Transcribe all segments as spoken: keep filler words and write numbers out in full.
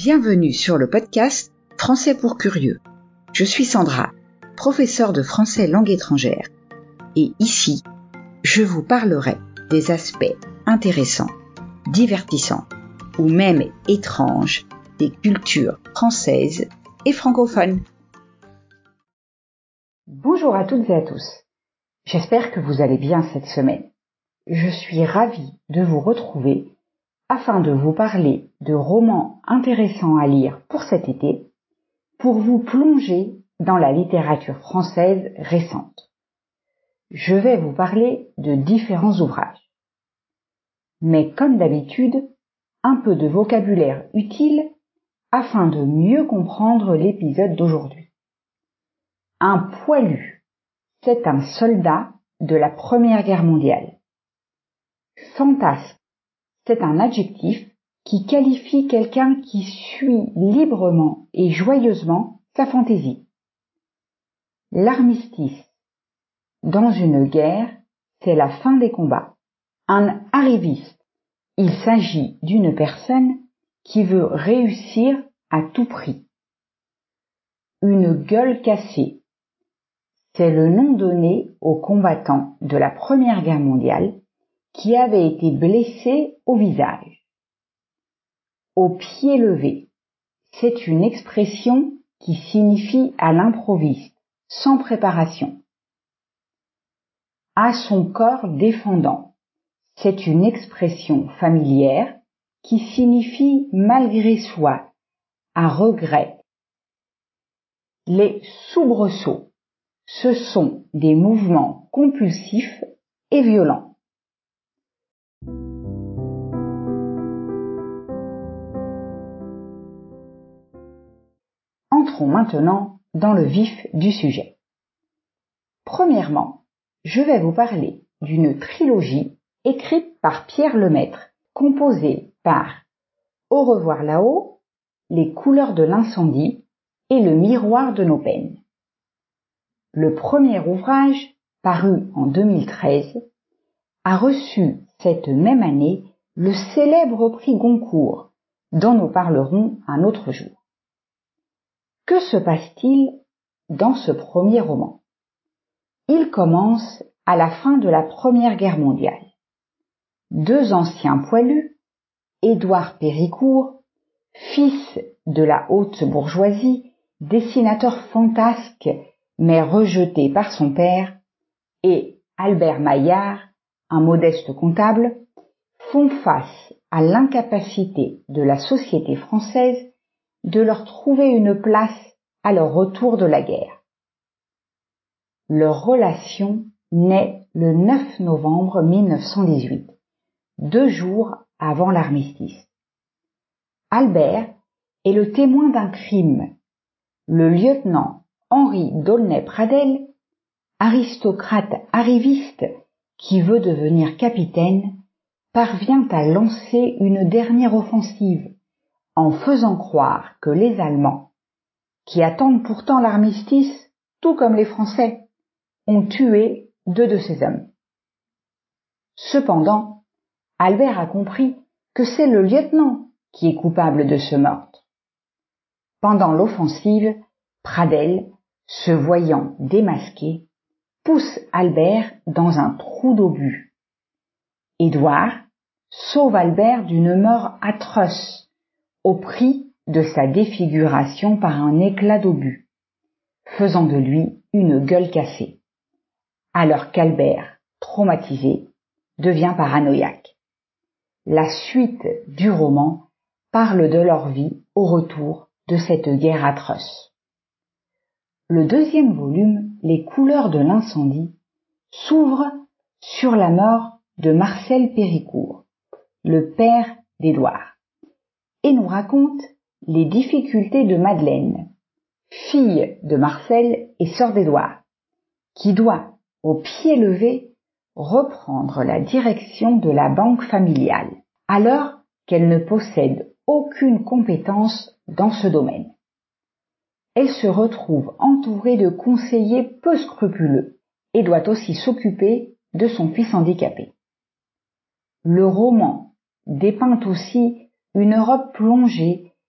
Bienvenue sur le podcast Français pour curieux. Je suis Sandra, professeure de français langue étrangère. Et ici, je vous parlerai des aspects intéressants, divertissants ou même étranges des cultures françaises et francophones. Bonjour à toutes et à tous. J'espère que vous allez bien cette semaine. Je suis ravie de vous retrouver afin de vous parler de romans intéressants à lire pour cet été, pour vous plonger dans la littérature française récente. Je vais vous parler de différents ouvrages. Mais comme d'habitude, un peu de vocabulaire utile afin de mieux comprendre l'épisode d'aujourd'hui. Un poilu, c'est un soldat de la Première Guerre mondiale. Fantasque, c'est un adjectif qui qualifie quelqu'un qui suit librement et joyeusement sa fantaisie. L'armistice. Dans une guerre, c'est la fin des combats. Un arriviste. Il s'agit d'une personne qui veut réussir à tout prix. Une gueule cassée. C'est le nom donné aux combattants de la Première Guerre mondiale qui avaient été blessés au visage. Au pied levé, c'est une expression qui signifie à l'improviste, sans préparation. À son corps défendant, c'est une expression familière qui signifie malgré soi, à regret. Les soubresauts, ce sont des mouvements compulsifs et violents. Entrons maintenant dans le vif du sujet. Premièrement, je vais vous parler d'une trilogie écrite par Pierre Lemaitre, composée par Au revoir là-haut, Les couleurs de l'incendie et Le miroir de nos peines. Le premier ouvrage, paru en deux mille treize, a reçu cette même année le célèbre prix Goncourt, dont nous parlerons un autre jour. Que se passe-t-il dans ce premier roman? Il commence à la fin de la Première Guerre mondiale. Deux anciens poilus, Édouard Péricourt, fils de la haute bourgeoisie, dessinateur fantasque mais rejeté par son père, et Albert Maillard, un modeste comptable, font face à l'incapacité de la société française de leur trouver une place à leur retour de la guerre. Leur relation naît le neuf novembre mille neuf cent dix-huit, deux jours avant l'armistice. Albert est le témoin d'un crime. Le lieutenant Henri d'Aulnay-Pradel, aristocrate arriviste qui veut devenir capitaine, parvient à lancer une dernière offensive en faisant croire que les Allemands, qui attendent pourtant l'armistice, tout comme les Français, ont tué deux de ses hommes. Cependant, Albert a compris que c'est le lieutenant qui est coupable de ce meurtre. Pendant l'offensive, Pradel, se voyant démasqué, pousse Albert dans un trou d'obus. Édouard sauve Albert d'une mort atroce, au prix de sa défiguration par un éclat d'obus, faisant de lui une gueule cassée, alors qu'Albert, traumatisé, devient paranoïaque. La suite du roman parle de leur vie au retour de cette guerre atroce. Le deuxième volume, Les couleurs de l'incendie, s'ouvre sur la mort de Marcel Péricourt, le père d'Édouard, et nous raconte les difficultés de Madeleine, fille de Marcel et sœur d'Édouard, qui doit, au pied levé, reprendre la direction de la banque familiale, alors qu'elle ne possède aucune compétence dans ce domaine. Elle se retrouve entourée de conseillers peu scrupuleux et doit aussi s'occuper de son fils handicapé. Le roman dépeint aussi une Europe plongée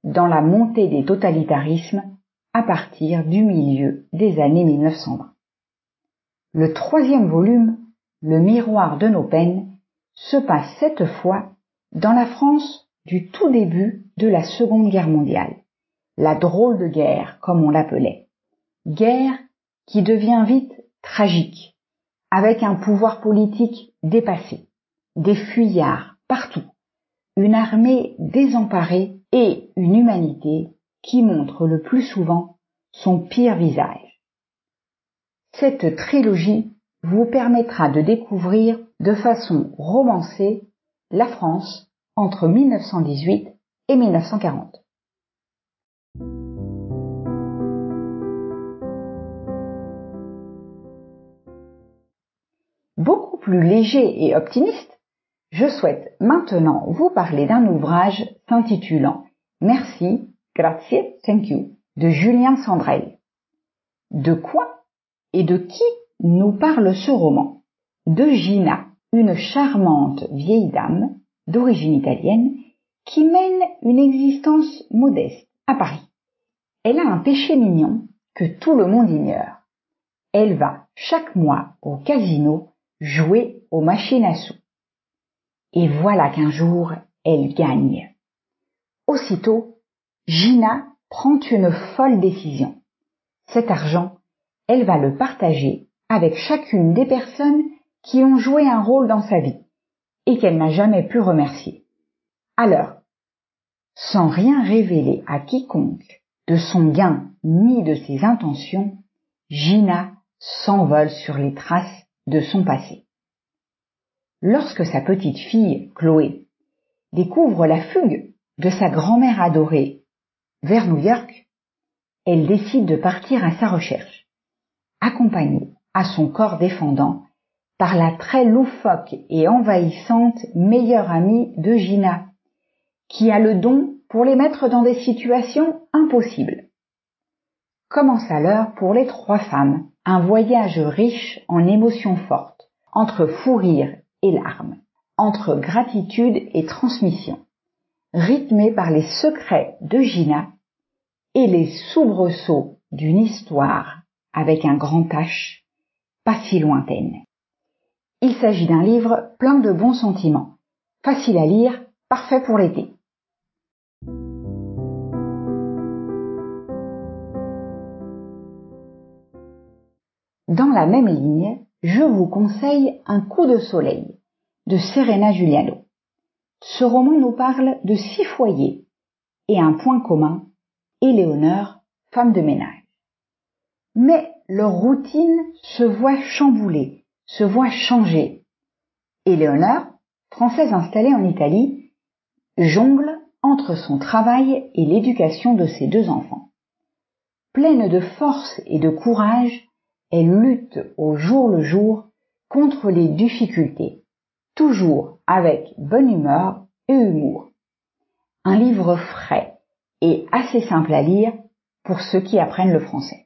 dans la montée des totalitarismes à partir du milieu des années mille neuf cent vingt. Le troisième volume, Le miroir de nos peines, se passe cette fois dans la France du tout début de la Seconde Guerre mondiale, la drôle de guerre comme on l'appelait, guerre qui devient vite tragique, avec un pouvoir politique dépassé, des fuyards partout, une armée désemparée et une humanité qui montre le plus souvent son pire visage. Cette trilogie vous permettra de découvrir de façon romancée la France entre mille neuf cent dix-huit et mille neuf cent quarante. Beaucoup plus léger et optimiste, je souhaite maintenant vous parler d'un ouvrage s'intitulant Merci, grazie, thank you de Julien Sandrel. De quoi et de qui nous parle ce roman? De Gina, une charmante vieille dame d'origine italienne qui mène une existence modeste à Paris. Elle a un péché mignon que tout le monde ignore. Elle va chaque mois au casino jouer aux machines à sous. Et voilà qu'un jour, elle gagne. Aussitôt, Gina prend une folle décision. Cet argent, elle va le partager avec chacune des personnes qui ont joué un rôle dans sa vie et qu'elle n'a jamais pu remercier. Alors, sans rien révéler à quiconque de son gain ni de ses intentions, Gina s'envole sur les traces de son passé. Lorsque sa petite fille, Chloé, découvre la fugue de sa grand-mère adorée vers New York, elle décide de partir à sa recherche, accompagnée à son corps défendant par la très loufoque et envahissante meilleure amie de Gina, qui a le don pour les mettre dans des situations impossibles. Commence alors pour les trois femmes un voyage riche en émotions fortes, entre fou rire et larmes, entre gratitude et transmission, rythmé par les secrets de Gina et les soubresauts d'une histoire avec un grand H, pas si lointaine. Il s'agit d'un livre plein de bons sentiments, facile à lire, parfait pour l'été. Dans la même ligne, je vous conseille Un coup de soleil de Serena Giuliano. Ce roman nous parle de six foyers et un point commun, Éléonore, femme de ménage. Mais leur routine se voit chamboulée, se voit changer. Éléonore, française installée en Italie, jongle entre son travail et l'éducation de ses deux enfants. Pleine de force et de courage, elle lutte au jour le jour contre les difficultés, toujours avec bonne humeur et humour. Un livre frais et assez simple à lire pour ceux qui apprennent le français.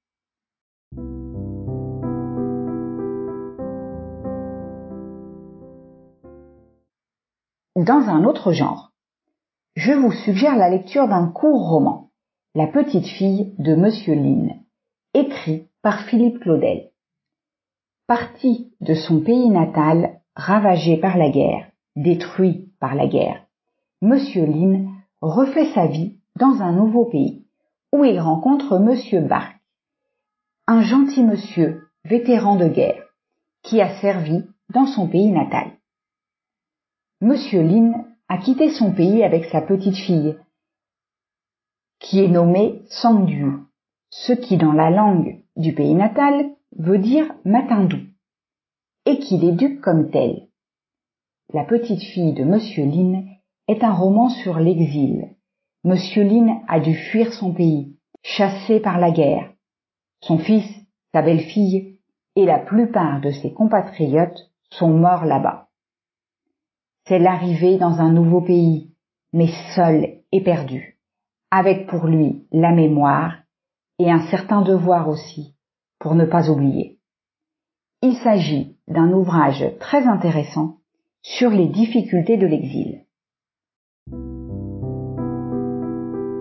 Dans un autre genre, je vous suggère la lecture d'un court roman, La petite fille de Monsieur Lynn, écrit par Philippe Claudel. Parti de son pays natal, ravagé par la guerre, détruit par la guerre, Monsieur Lynn refait sa vie dans un nouveau pays, où il rencontre Monsieur Bark, un gentil monsieur, vétéran de guerre, qui a servi dans son pays natal. Monsieur Lynn a quitté son pays avec sa petite fille, qui est nommée Sandu, ce qui dans la langue du pays natal veut dire matin doux, et qui l'éduque comme tel. La petite fille de Monsieur Lynn est un roman sur l'exil. Monsieur Lynn a dû fuir son pays, chassé par la guerre. Son fils, sa belle-fille et la plupart de ses compatriotes sont morts là-bas. C'est l'arrivée dans un nouveau pays, mais seul et perdu, avec pour lui la mémoire et un certain devoir aussi, pour ne pas oublier. Il s'agit d'un ouvrage très intéressant sur les difficultés de l'exil.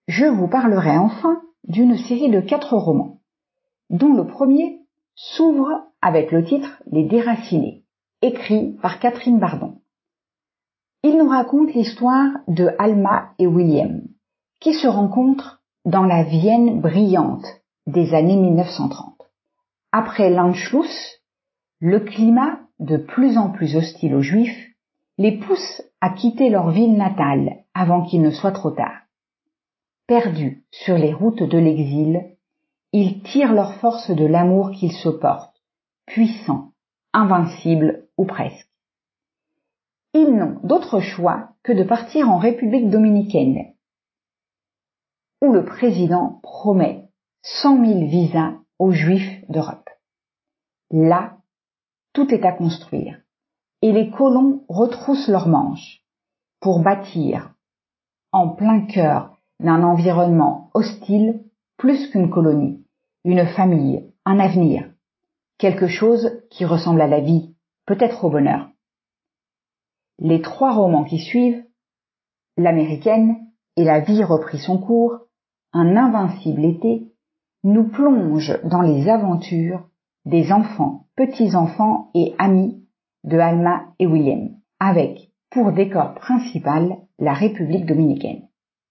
je vous parlerai enfin d'une série de quatre romans, dont le premier s'ouvre avec le titre Les Déracinés, écrit par Catherine Bardon. Il nous raconte l'histoire de Alma et William, qui se rencontrent dans la Vienne brillante des années mille neuf cent trente. Après l'Anschluss, le climat, de plus en plus hostile aux Juifs, les pousse à quitter leur ville natale avant qu'il ne soit trop tard. Perdus sur les routes de l'exil, ils tirent leur force de l'amour qu'ils se portent, puissants, invincibles ou presque. Ils n'ont d'autre choix que de partir en République dominicaine, où le président promet cent mille visas aux Juifs d'Europe. Là, tout est à construire, et les colons retroussent leurs manches pour bâtir, en plein cœur d'un environnement hostile, plus qu'une colonie, une famille, un avenir, quelque chose qui ressemble à la vie, peut-être au bonheur. Les trois romans qui suivent, L'Américaine et La vie reprit son cours, Un invincible été, nous plongent dans les aventures des enfants, petits-enfants et amis de Alma et William, avec pour décor principal la République dominicaine.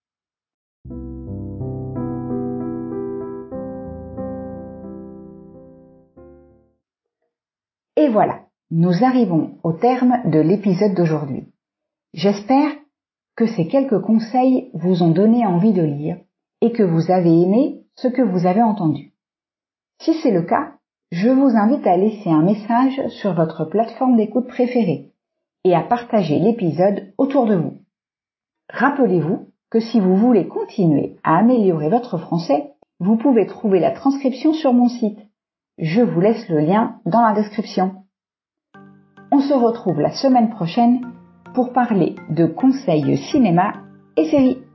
Et voilà, nous arrivons au terme de l'épisode d'aujourd'hui. J'espère que ces quelques conseils vous ont donné envie de lire et que vous avez aimé ce que vous avez entendu. Si c'est le cas, je vous invite à laisser un message sur votre plateforme d'écoute préférée et à partager l'épisode autour de vous. Rappelez-vous que si vous voulez continuer à améliorer votre français, vous pouvez trouver la transcription sur mon site. Je vous laisse le lien dans la description. On se retrouve la semaine prochaine pour parler de conseils cinéma et séries.